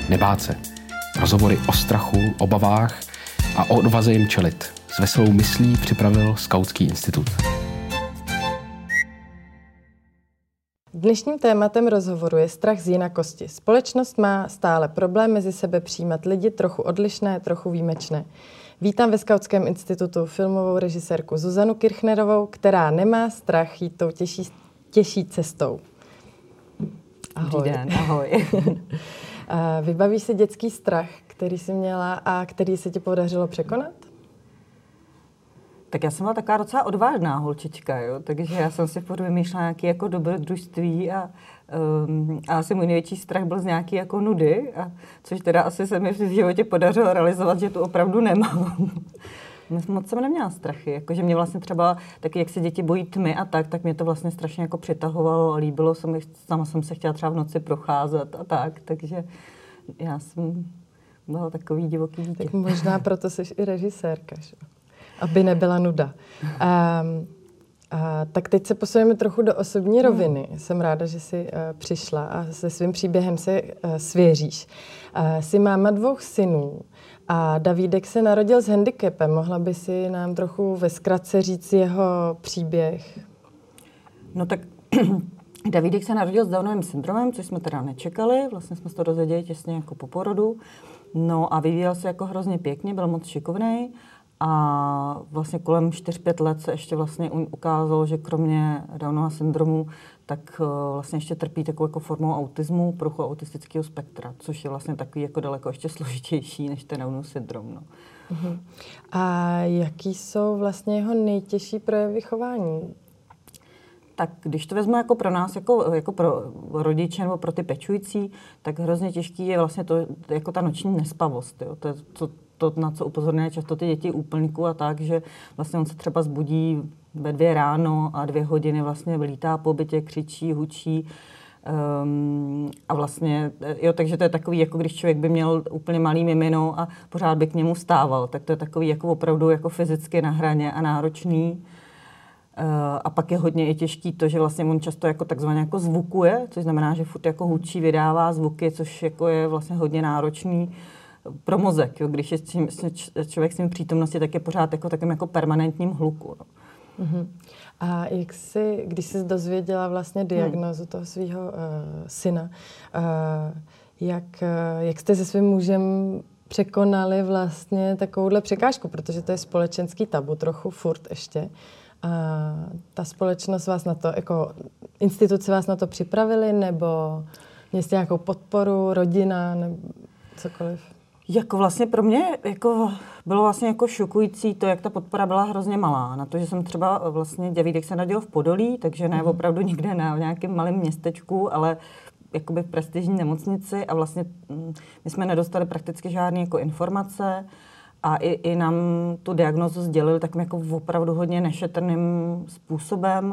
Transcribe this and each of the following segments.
nebát se. Rozhovory o strachu, obavách a o odvaze jim čelit. S veselou myslí připravil Skautský institut. Dnešním tématem rozhovoru je strach z jinakosti. Společnost má stále problém mezi sebe přijímat lidi trochu odlišné, trochu výjimečné. Vítám ve Skautském institutu filmovou režisérku Zuzanu Kirchnerovou, která nemá strach jít tou těžší cestou. Ahoj. Dobrý den, ahoj. Vybavíš si dětský strach, který jsi měla a který se ti podařilo překonat? Tak já jsem byla taková docela odvážná holčička, jo? Takže já jsem si furt vymýšlela nějaké jako dobrodružství a asi můj největší strach byl z nějaký jako nudy, což teda asi se mi v životě podařilo realizovat, že tu opravdu nemám. Moc jsem neměla strachy, jakože mě vlastně třeba taky, jak se děti bojí tmy a tak mě to vlastně strašně jako přitahovalo a líbilo se mi, sama jsem se chtěla třeba v noci procházet a tak, takže já jsem byla takový divoký dítě. Tak možná proto jsi i režisérka, že? Aby nebyla nuda. Tak teď se posuneme trochu do osobní roviny. Jsem ráda, že jsi přišla a se svým příběhem se svěříš. Jsi máma 2 synů a Davídek se narodil s handicapem. Mohla by si nám trochu ve zkratce říct jeho příběh? No tak Davídek se narodil s Downovým syndromem, což jsme teda nečekali. Vlastně jsme se to dozvěděli těsně jako po porodu. No a vyvíjel se jako hrozně pěkně, byl moc šikovnej. A vlastně kolem 4-5 let se ještě vlastně ukázalo, že kromě Downova syndromu, tak vlastně ještě trpí takovou jako formou autismu, poruchu autistického spektra, což je vlastně takový jako daleko ještě složitější než ten Downov syndrom. No. Uh-huh. A jaký jsou vlastně jeho nejtěžší projevy chování? Tak když to vezmu jako pro nás, jako pro rodiče nebo pro ty pečující, tak hrozně těžký je vlastně to, jako ta noční nespavost. Jo. To, na co upozorňují často ty děti úplníků a tak, že vlastně on se třeba zbudí ve 2 ráno a 2 hodiny vlastně lítá po bytě, křičí, hučí. A vlastně, jo, takže to je takový, jako když člověk by měl úplně malý mimino a pořád by k němu stával, tak to je takový jako opravdu jako fyzicky na hraně a náročný. A pak je hodně i těžký to, že vlastně on často jako takzvaně jako zvukuje, což znamená, že furt jako hučí, vydává zvuky, což jako je vlastně hodně náročný pro mozek, jo. Když je člověk s tím přítomnosti, tak je pořád jako takovým jako permanentním hluku. No. Uh-huh. A když jsi dozvěděla vlastně diagnózu toho svého syna, jak jste se svým mužem překonali vlastně takovouhle překážku, protože to je společenský tabu trochu furt ještě. A ta společnost vás na to, jako instituce vás na to připravili, nebo měli jste nějakou podporu, rodina, nebo cokoliv? Jako vlastně pro mě jako bylo vlastně jako šokující to, jak ta podpora byla hrozně malá. Na to, že jsem třeba vlastně Davídek se narodil v Podolí, takže ne opravdu někde na nějakém malém městečku, ale jakoby v prestižní nemocnici a vlastně my jsme nedostali prakticky žádné jako informace a i nám tu diagnózu sdělili takovým jako opravdu hodně nešetrným způsobem.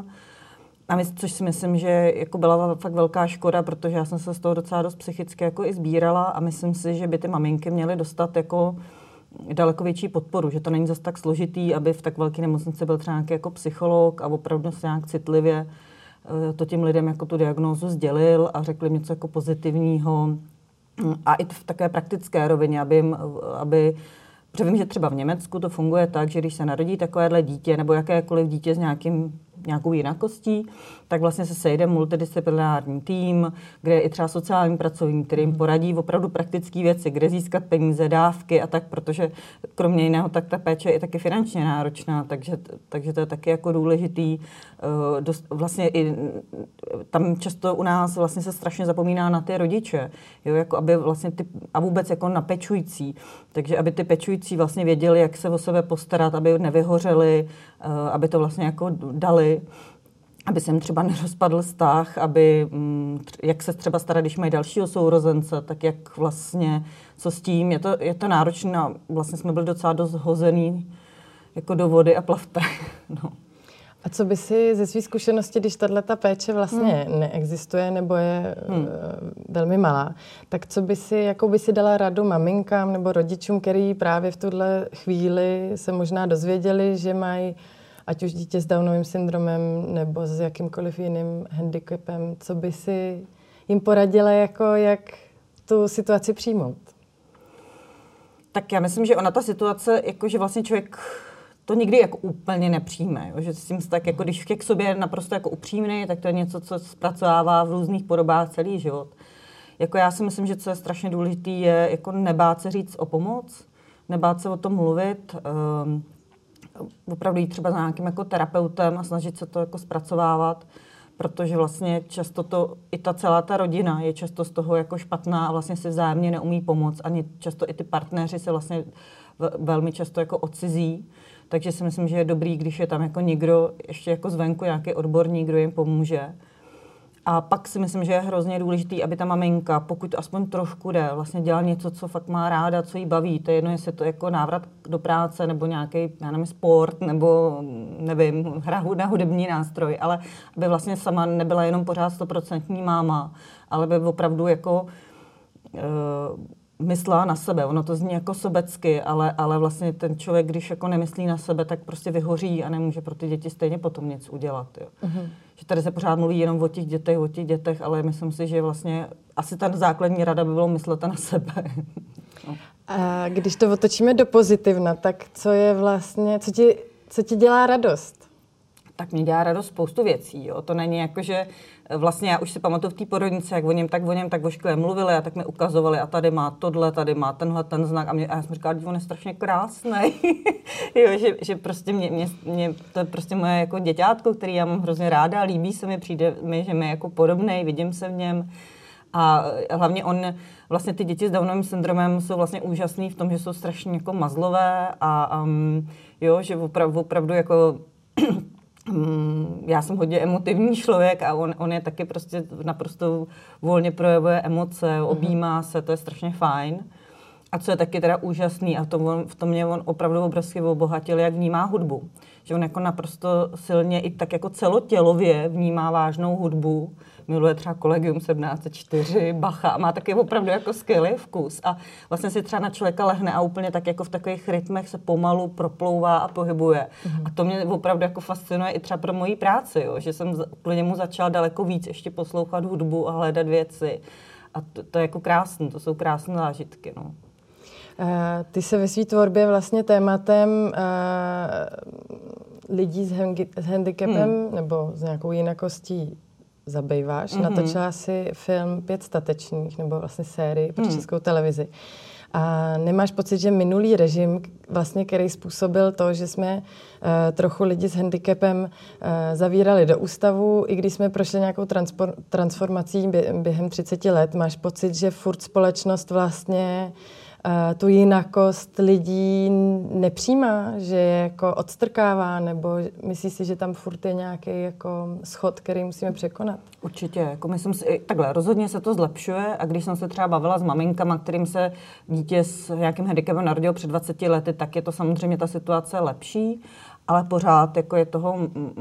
Což si myslím, že jako byla fakt velká škoda, protože já jsem se z toho docela dost psychicky jako i sbírala a myslím si, že by ty maminky měly dostat jako daleko větší podporu, že to není zase tak složitý, aby v tak velké nemocnici byl třeba nějaký jako psycholog a opravdu se nějak citlivě to těm lidem jako tu diagnózu sdělil a řekl něco jako pozitivního a i v takové praktické rovině, protože vím, že třeba v Německu to funguje tak, že když se narodí takovéhle dítě nebo jakékoliv dítě s nějakou jinakostí, tak vlastně se sejde multidisciplinární tým, kde je i třeba sociální pracovník, který jim poradí opravdu praktické věci, kde získat peníze, dávky a tak, protože kromě jiného tak ta péče je taky finančně náročná, takže to je taky jako důležitý. Vlastně i tam často u nás vlastně se strašně zapomíná na ty rodiče, jo, jako aby vlastně a vůbec jako na pečující, takže aby ty pečující vlastně věděli, jak se o sebe postarat, aby nevyhořeli, aby to vlastně jako dali, aby se jim třeba nerozpadl vztah, jak se třeba starat, když mají dalšího sourozence, tak jak vlastně, co s tím, je to náročné, vlastně jsme byli docela dost hozený jako do vody a plavte. No. A co by si ze své zkušenosti, když tato péče vlastně neexistuje nebo je velmi malá, tak co by si, jakou by si dala radu maminkám nebo rodičům, který právě v tuhle chvíli se možná dozvěděli, že mají ať už dítě s Downovým syndromem nebo s jakýmkoliv jiným handicapem, co by si jim poradila, jako jak tu situaci přijmout? Tak já myslím, že ona ta situace, jakože vlastně člověk to nikdy jako úplně nepřijme, jo? Že s tím tak jako, když je k sobě naprosto jako upřímný, tak to je něco, co zpracovává v různých podobách celý život. Jako já si myslím, že co je strašně důležité, je jako nebát se říct o pomoc, nebát se o tom mluvit, opravdu jít třeba za nějakým jako terapeutem a snažit se to jako zpracovávat, protože vlastně často to, i ta celá ta rodina je často z toho jako špatná a vlastně si vzájemně neumí pomoct. Ani často i ty partneři se vlastně velmi často jako odcizí. Takže si myslím, že je dobrý, když je tam jako někdo, ještě jako zvenku, nějaký odborník, kdo jim pomůže. A pak si myslím, že je hrozně důležitý, aby ta maminka, pokud aspoň trošku jde, vlastně dělala něco, co fakt má ráda, co jí baví. To je jedno, jestli to je jako návrat do práce, nebo nějaký, já nevím, sport, nebo nevím, hra na hudební nástroj, ale aby vlastně sama nebyla jenom pořád 100% máma, ale by opravdu jako myslela na sebe. Ono to zní jako sobecky, ale vlastně ten člověk, když jako nemyslí na sebe, tak prostě vyhoří a nemůže pro ty děti stejně potom nic udělat. Jo. Uh-huh. Že tady se pořád mluví jenom o těch dětech, ale myslím si, že vlastně asi ta základní rada by bylo myslet na sebe. No. A když to otočíme do pozitivna, tak co je vlastně, co ti dělá radost? Tak mě dělá radost spoustu věcí. Jo. To není jako, že vlastně já už si pamatuju v té porodnici, jak o něm tak ošklivě mluvili a tak mi ukazovali a tady má tohle, tady má tenhle ten znak a já jsem říkala, že on je strašně krásný. Jo, že prostě mě, to je prostě moje jako děťátko, který já mám hrozně ráda, líbí se mi, přijde mi, že mi je jako podobnej, vidím se v něm. A hlavně vlastně ty děti s Downovým syndromem jsou vlastně úžasný v tom, že jsou strašně jako mazlové a jo, že opravdu jako já jsem hodně emotivní člověk a on je taky prostě naprosto volně projevuje emoce, objímá se, to je strašně fajn. A co je taky teda úžasný a v tom mě on opravdu obrovsky obohatil, jak vnímá hudbu. Že on jako naprosto silně i tak jako celotělově vnímá vážnou hudbu. Miluje třeba Collegium 1704, Bacha a má taky opravdu jako skvělý vkus. A vlastně si třeba na člověka lehne a úplně tak jako v takových rytmech se pomalu proplouvá a pohybuje. A to mě opravdu jako fascinuje i třeba pro moji práci, jo? Že jsem kvůli němu začala daleko víc ještě poslouchat hudbu a hledat věci. A to je jako krásné, to jsou krásné zážitky. No. Ty se ve své tvorbě vlastně tématem lidí s handicapem nebo s nějakou jinakostí zabýváš. Natočila si film 5 statečných, nebo vlastně sérii pro Českou televizi. A nemáš pocit, že minulý režim, vlastně, který způsobil to, že jsme trochu lidi s handicapem zavírali do ústavu, i když jsme prošli nějakou transformací během 30 let, máš pocit, že furt společnost vlastně tu jinakost lidí nepřijímá, že je jako odstrkává, nebo myslíš si, že tam furt je nějaký jako schod, který musíme překonat? Určitě, jako myslím si, takhle, rozhodně se to zlepšuje a když jsem se třeba bavila s maminkama, kterým se dítě s nějakým handicapem narodilo před 20 lety, tak je to samozřejmě ta situace lepší, ale pořád jako je toho,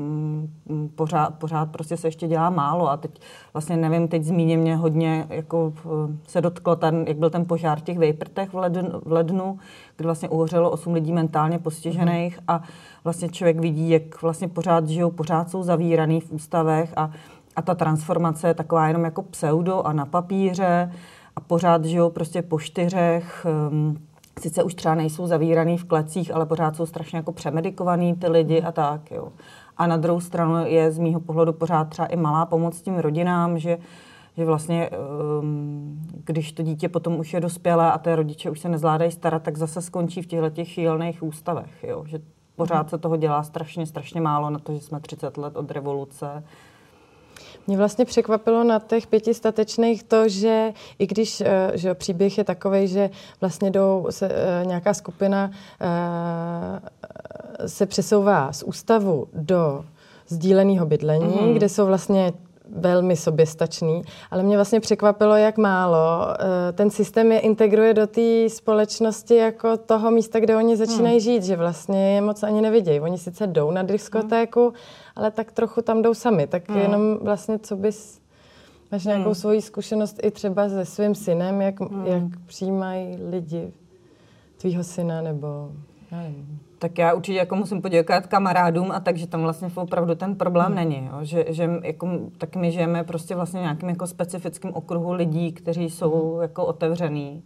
pořád prostě se ještě dělá málo a teď vlastně nevím, teď zmíně mě hodně jako se dotklo jak byl ten požár v těch Vejprtech v lednu, kdy vlastně uhořelo 8 lidí mentálně postižených a vlastně člověk vidí, jak vlastně pořád žijou, pořád jsou zavíraný v ústavech a ta transformace je taková jenom jako pseudo a na papíře a pořád žijou prostě po 4. Sice už třeba nejsou zavíraný v klecích, ale pořád jsou strašně jako přemedikovaný ty lidi a tak, jo. A na druhou stranu je z mýho pohledu pořád třeba i malá pomoc tím rodinám, že vlastně, když to dítě potom už je dospělé a ty rodiče už se nezvládají starat, tak zase skončí v těchto šílených ústavech, jo. Že pořád se toho dělá strašně málo na to, že jsme 30 let od revoluce. Mě vlastně překvapilo na těch 5 statečných to, že i když že příběh je takovej, že vlastně nějaká skupina se přesouvá z ústavu do sdíleného bydlení, kde jsou vlastně velmi soběstačný, ale mě vlastně překvapilo, jak málo ten systém je integruje do té společnosti jako toho místa, kde oni začínají žít, že vlastně je moc ani nevidějí. Oni sice jdou na diskotéku, ale tak trochu tam jdou sami. Tak jenom vlastně, co bys... Máš nějakou svoji zkušenost i třeba se svým synem, jak přijímají lidi tvýho syna, nebo... Já nevím. Tak já určitě jako musím poděkovat kamarádům a takže tam vlastně opravdu ten problém není. Jo? Že jako, tak my žijeme prostě vlastně nějakým jako specifickým okruhu lidí, kteří jsou jako otevřený.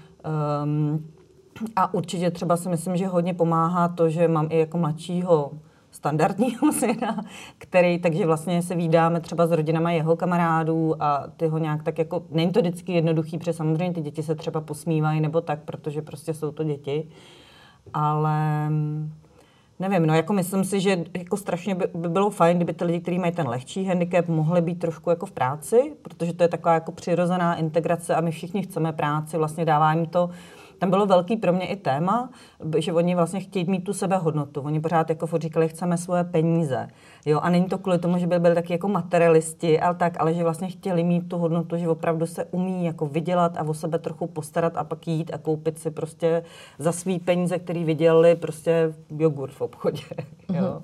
A určitě třeba si myslím, že hodně pomáhá to, že mám i jako mladšího standardního syna, takže vlastně se vídáme třeba s rodinama jeho kamarádů a ty ho nějak tak jako, není to vždycky jednoduchý, protože samozřejmě ty děti se třeba posmívají nebo tak, protože prostě jsou to děti, ale nevím, no jako myslím si, že jako strašně by bylo fajn, kdyby ty lidi, kteří mají ten lehčí handicap, mohli být trošku jako v práci, protože to je taková jako přirozená integrace a my všichni chceme práci, vlastně dává jim to. Tam bylo velký pro mě i téma, že oni vlastně chtějí mít tu sebehodnotu. Oni pořád jako říkali, chceme svoje peníze. Jo? A není to kvůli tomu, že by byli taky jako materialisti, ale že vlastně chtěli mít tu hodnotu, že opravdu se umí jako vydělat a o sebe trochu postarat a pak jít a koupit si prostě za svý peníze, který vydělali prostě jogurt v obchodě. Jo?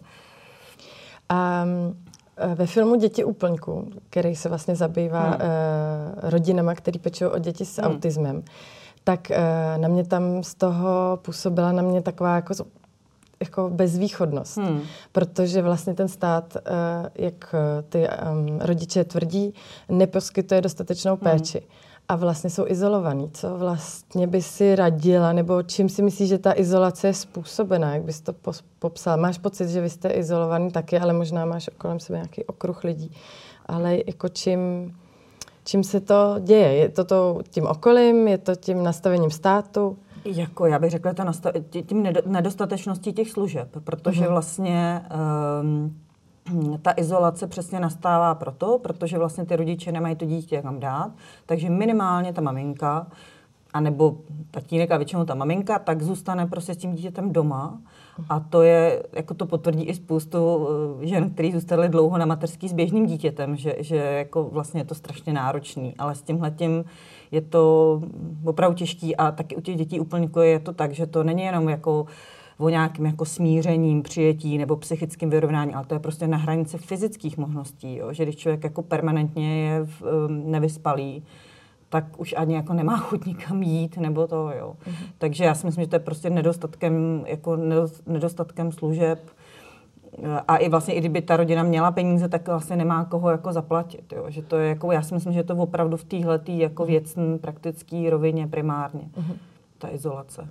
Ve filmu Děti úplňků, který se vlastně zabývá rodinama, který pečují o děti s autismem, tak na mě tam z toho působila na mě taková jako bezvýchodnost. Protože vlastně ten stát, jak ty rodiče tvrdí, neposkytuje dostatečnou péči. A vlastně jsou izolovaní. Co vlastně by si radila, nebo čím si myslíš, že ta izolace je způsobená? Jak bys to popsal? Máš pocit, že vy jste izolovaný taky, ale možná máš kolem sebe nějaký okruh lidí. Ale jako čím se to děje? Je to tím okolím? Je to tím nastavením státu? Jako já bych řekla, tím nedostatečností těch služeb, protože vlastně ta izolace přesně nastává protože vlastně ty rodiče nemají to dítě kam dát, takže minimálně ta maminka, anebo tatínek a většinou ta maminka, tak zůstane prostě s tím dítětem doma. A to je, jako to potvrdí i spoustu žen, kteří zůstali dlouho na mateřský s běžným dítětem, že jako vlastně je to strašně náročný. Ale s tímhletím je to opravdu těžký a taky u těch dětí úplňků je to tak, že to není jenom jako o nějakým jako smířením, přijetí nebo psychickým vyrovnání, ale to je prostě na hranici fyzických možností, jo? Že když člověk jako permanentně je nevyspalý, tak už ani jako nemá chuť nikam jít, nebo to, jo. Takže já si myslím, že to je prostě nedostatkem služeb. A i vlastně, i kdyby ta rodina měla peníze, tak vlastně nemá koho jako zaplatit, jo. Že to je jako, já si myslím, že je to opravdu v téhletý jako věcný, praktický rovině primárně, ta izolace.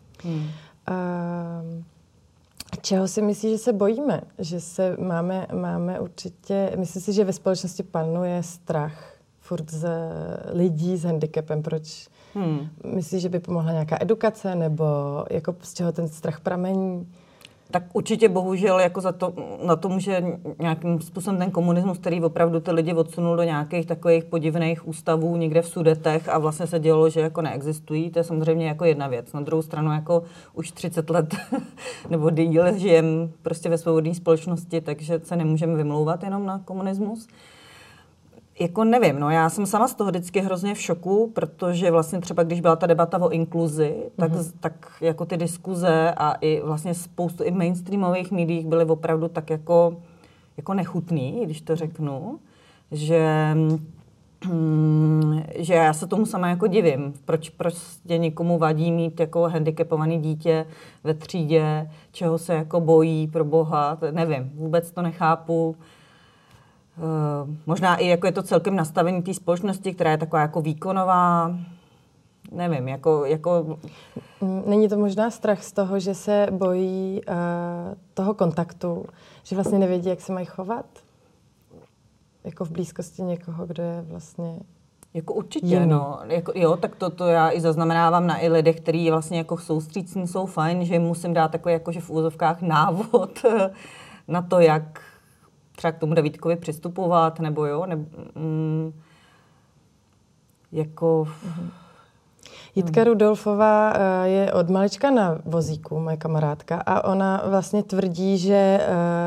Čeho si myslíš, že se bojíme? Že se máme určitě, myslím si, že ve společnosti panuje strach furt z lidí s handicapem. Proč? Myslíš, že by pomohla nějaká edukace, nebo jako z čeho ten strach pramení? Tak určitě bohužel jako na to může nějakým způsobem ten komunismus, který opravdu ty lidi odsunul do nějakých takových podivných ústavů někde v Sudetech a vlastně se dělo, že jako neexistují. To je samozřejmě jako jedna věc. Na druhou stranu jako už 30 let nebo díl žijeme prostě ve svobodné společnosti, takže se nemůžeme vymlouvat jenom na komunismus. Jako nevím, no já jsem sama z toho vždycky hrozně v šoku, protože vlastně třeba když byla ta debata o inkluzi, tak jako ty diskuze a i vlastně spoustu i mainstreamových médiích byly opravdu tak jako nechutný, když to řeknu, že já se tomu sama jako divím, proč prostě někomu vadí mít jako handicapovaný dítě ve třídě, čeho se jako bojí pro boha, nevím, vůbec to nechápu. Možná i jako je to celkem nastavení té společnosti, která je taková jako výkonová, nevím, jako... Není to možná strach z toho, že se bojí toho kontaktu, že vlastně nevědí, jak se mají chovat? Jako v blízkosti někoho, kdo je vlastně... Jako určitě, no. Jako, jo, tak to já i zaznamenávám na i lidech, kteří vlastně jako jsou vstřícní, jsou fajn, že jim musím dát takový jakože v úvozovkách návod na to, jak třeba k tomu Davídkovi přistupovat, nebo jo, jako... Jitka Rudolfová je od malička na vozíku, moje kamarádka, a ona vlastně tvrdí, že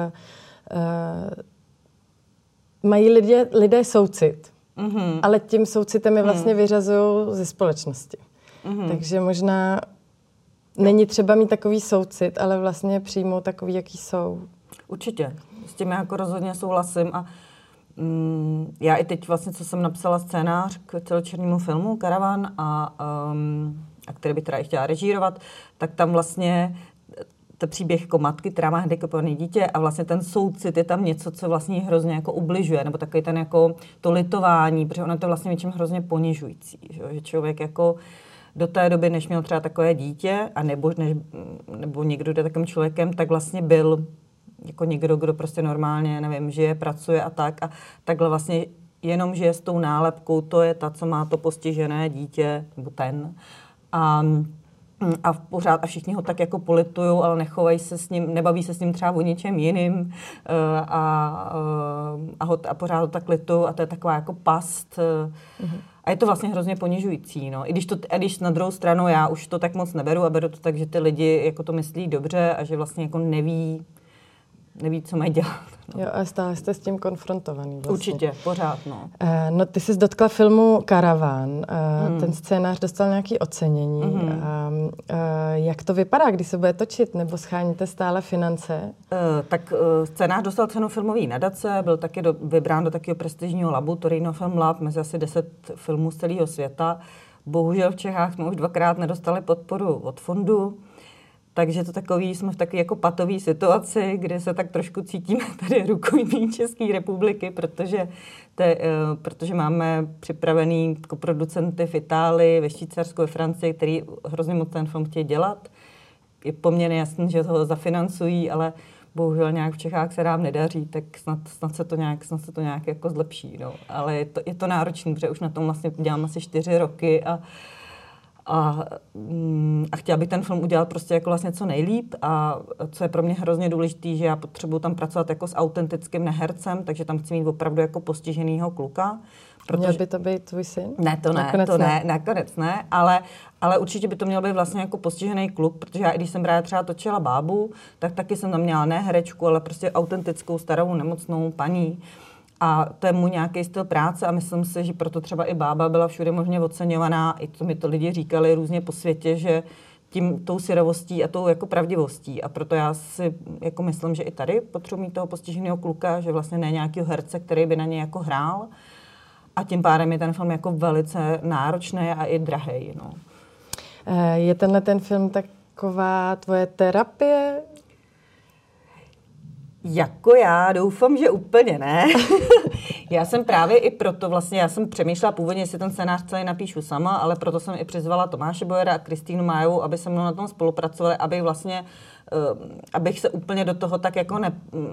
mají lidé soucit, ale tím soucitem je vlastně vyřazují ze společnosti. Takže možná není třeba mít takový soucit, ale vlastně přijmout takový, jaký jsou. Určitě. S tím jako rozhodně souhlasím a já i teď vlastně, co jsem napsala scénář k celočernému filmu Karavan a který bych teda i chtěla režírovat, tak tam vlastně to příběh jako matky, která má handicapované dítě a vlastně ten soucit je tam něco, co vlastně hrozně jako ubližuje, nebo takový ten jako to litování, protože ono je to vlastně něčím hrozně ponižující, že člověk jako do té doby, než měl třeba takové dítě, a nebo někdo jde takovým člověkem, tak vlastně byl jako někdo, kdo prostě normálně, nevím, žije, pracuje a takhle vlastně jenom žije s tou nálepkou, to je ta, co má to postižené dítě, nebo ten. A pořád a všichni ho tak jako politujou, ale nechovají se s ním, nebaví se s ním třeba o ničem jiným a pořád ho tak litujou a to je taková jako past. A je to vlastně hrozně ponižující. No. I když na druhou stranu já už to tak moc neberu a beru to tak, že ty lidi jako to myslí dobře a že vlastně jako neví, co mají dělat. No. Jo, a stále jste s tím konfrontovaný vlastně. Určitě, pořád, no. No, ty jsi dotkla filmu Karaván. Ten scénář dostal nějaké ocenění. Jak to vypadá, když se bude točit? Nebo scháníte stále finance? Tak scénář dostal cenu filmové nadace, byl taky vybrán do takového prestižního labu, Torino Film Lab, mezi asi 10 filmů z celého světa. Bohužel v Čechách jsme už 2krát nedostali podporu od fondu. Takže to takový, jsme v takové jako patové situaci, kde se tak trošku cítíme tady rukojmí České republiky, protože máme připravený producenty v Itálii, ve Švýcarsku, ve Francii, který hrozně moc ten film chtějí dělat. Je poměrně jasný, že ho zafinancují, ale bohužel nějak v Čechách se nám nedaří, tak snad se to nějak jako zlepší. No. Ale je to náročné, protože už na tom vlastně dělám asi 4 roky a chtěla bych ten film udělat prostě jako vlastně co nejlíp a co je pro mě hrozně důležitý, že já potřebuji tam pracovat jako s autentickým nehercem, takže tam chci mít opravdu jako postiženýho kluka. Měl by to být tvůj syn? Ne, nakonec ne, ale určitě by to měl být vlastně jako postižený kluk, protože já, i když jsem právě třeba točila Bábu, tak taky jsem tam měla ne herečku, ale prostě autentickou starou nemocnou paní. A to je můj nějaký styl práce a myslím si, že proto třeba i Bába byla všude možně oceňovaná, i to mi to lidi říkali různě po světě, že tou syrovostí a tou jako pravdivostí. A proto já si jako myslím, že i tady potřebuji mít toho postiženého kluka, že vlastně ne nějakého herce, který by na ně jako hrál. A tím pádem je ten film jako velice náročný a i drahej. No. Je ten film taková tvoje terapie? Jako já doufám, že úplně ne. Já jsem právě i proto vlastně, já jsem přemýšlela původně, jestli ten scénář celý napíšu sama, ale proto jsem i přizvala Tomáše Bojera a Kristýnu Májovou, aby se mnou na tom spolupracovali, abych se úplně do toho tak jako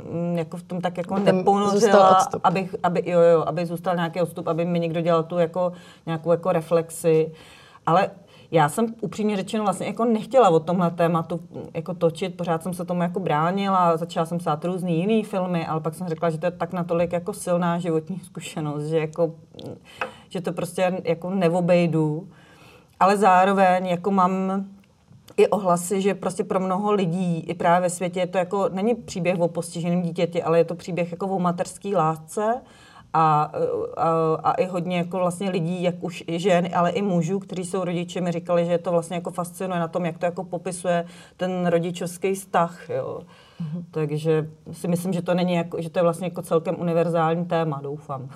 neponořila, aby zůstal nějaký odstup, aby mi někdo dělal tu jako nějakou jako reflexi. Ale já jsem upřímně řečeno vlastně jako nechtěla o tomhle tématu jako točit, pořád jsem se tomu jako bránila, začala jsem psát různý jiný filmy, ale pak jsem řekla, že to je tak natolik jako silná životní zkušenost, že to prostě jako neobejdu. Ale zároveň jako mám i ohlasy, že prostě pro mnoho lidí i právě ve světě je to jako, není příběh o postiženém dítěti, ale je to příběh jako o mateřské lásce, a i hodně jako vlastně lidí, jak už i žen, ale i mužů, kteří jsou rodiči, mi říkali, že to vlastně jako fascinuje na tom, jak to jako popisuje ten rodičovský vztah, jo. Takže si myslím, že to není jako, že to je vlastně jako celkem univerzální téma, doufám.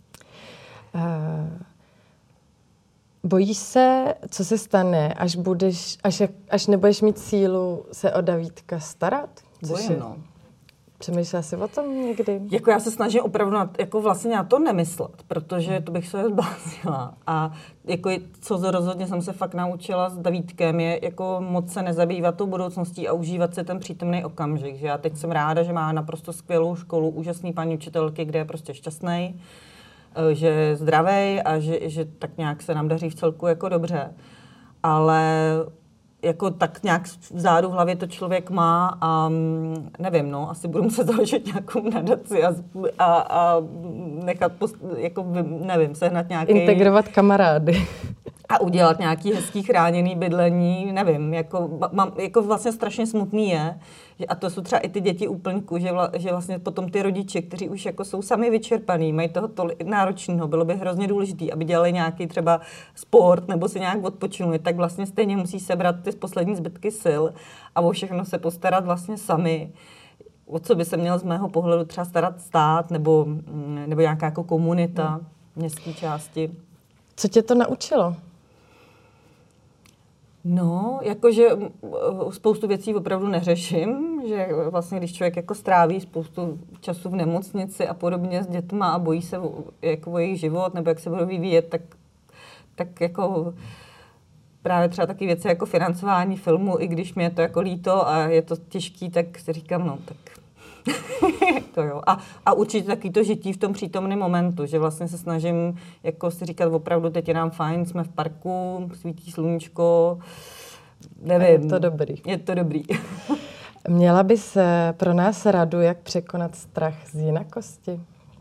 Bojíš se, co se stane, až nebudeš mít sílu se o Davídka starat? Bojím, no. Přemýšlela jsi o tom někdy? Jako já se snažím opravdu jako vlastně na to nemyslet, protože to bych se zbláznila. A jako co rozhodně jsem se fakt naučila s Davídkem, je jako moc se nezabývat tou budoucností a užívat si ten přítomný okamžik. Že já teď jsem ráda, že má naprosto skvělou školu, úžasný paní učitelky, kde je prostě šťastný, že je zdravej a že tak nějak se nám daří v celku jako dobře. Ale jako tak nějak vzadu v hlavě to člověk má a nevím, no, asi budu muset založit nějakou nadaci a nechat, nevím, sehnat nějaký... Integrovat kamarády. A udělat nějaký hezký chráněný bydlení, nevím, jako vlastně strašně smutný je, že, a to jsou třeba i ty děti úplňku, že vlastně potom ty rodiče, kteří už jako jsou sami vyčerpaný, mají toho náročného, bylo by hrozně důležité, aby dělali nějaký třeba sport nebo si nějak odpočinuli, tak vlastně stejně musí sebrat ty poslední zbytky sil a o všechno se postarat vlastně sami. O co by se měl z mého pohledu třeba starat stát nebo nějaká jako komunita, městské části. Co tě to naučilo? No, jakože spoustu věcí opravdu neřeším, že vlastně když člověk jako stráví spoustu času v nemocnici a podobně s dětma a bojí se jako o jejich život nebo jak se budou vyvíjet, tak jako právě třeba taky věci jako financování filmu, i když mě je to jako líto a je to těžký, tak si říkám, no tak to jo. A určitě taky to žití v tom přítomném momentu, že vlastně se snažím jako si říkat opravdu, teď je nám fajn, jsme v parku, svítí sluníčko, nevím. Je to dobrý. Je to dobrý. Měla bys pro nás radu, jak překonat strach z jinakosti?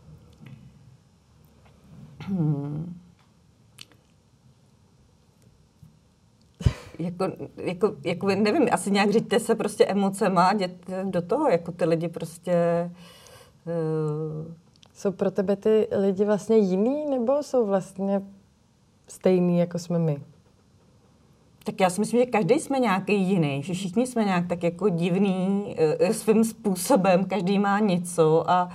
Jako nevím, asi nějak řiďte se prostě emocema a jděte do toho, jako ty lidi prostě... Jsou pro tebe ty lidi vlastně jiný, nebo jsou vlastně stejný, jako jsme my? Tak já si myslím, že každý jsme nějaký jiný, že všichni jsme nějak tak jako divný svým způsobem, každý má něco a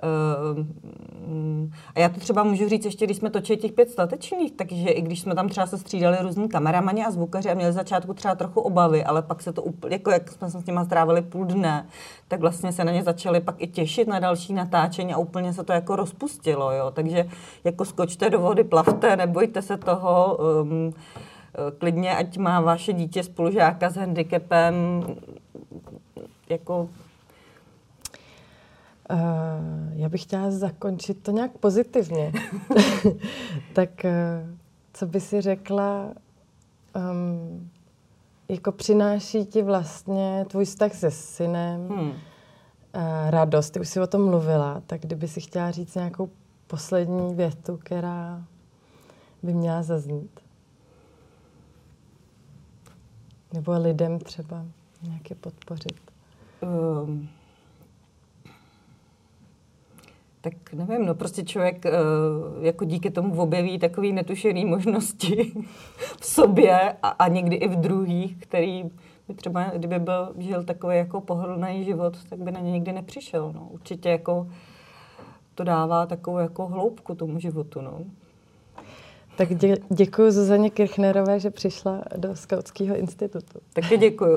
já to třeba můžu říct ještě, když jsme točili těch 5 statečných, takže i když jsme tam třeba se střídali různý kameramani a zvukaři a měli začátku třeba trochu obavy, ale pak se to úplně, jako jak jsme s nima strávili půl dne, tak vlastně se na ně začali pak i těšit na další natáčení a úplně se to jako rozpustilo, jo. Takže jako skočte do vody, plavte, nebojte se toho, klidně, ať má vaše dítě spolužáka s handicapem, jako... Já bych chtěla zakončit to nějak pozitivně. Tak co by si řekla, jako přináší ti vlastně tvůj vztah se synem radost, ty už jsi o tom mluvila, tak kdyby si chtěla říct nějakou poslední větu, která by měla zaznít. Nebo lidem třeba nějaké podpořit. Tak nevím, no prostě člověk jako díky tomu objeví takový netušený možnosti v sobě a někdy i v druhých, který by třeba, kdyby žil takový jako pohodlný život, tak by na ně nikdy nepřišel. No. Určitě jako to dává takovou jako hloubku tomu životu. No. Tak děkuji Zuzaně Kirchnerové, že přišla do Skautského institutu. Taky děkuji.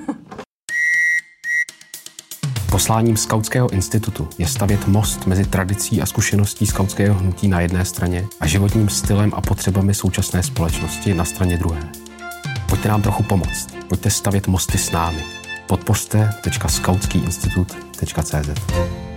Posláním Skautského institutu je stavět most mezi tradicí a zkušeností skautského hnutí na jedné straně a životním stylem a potřebami současné společnosti na straně druhé. Pojďte nám trochu pomoct. Pojďte stavět mosty s námi. Podpořte.skautskýinstitut.cz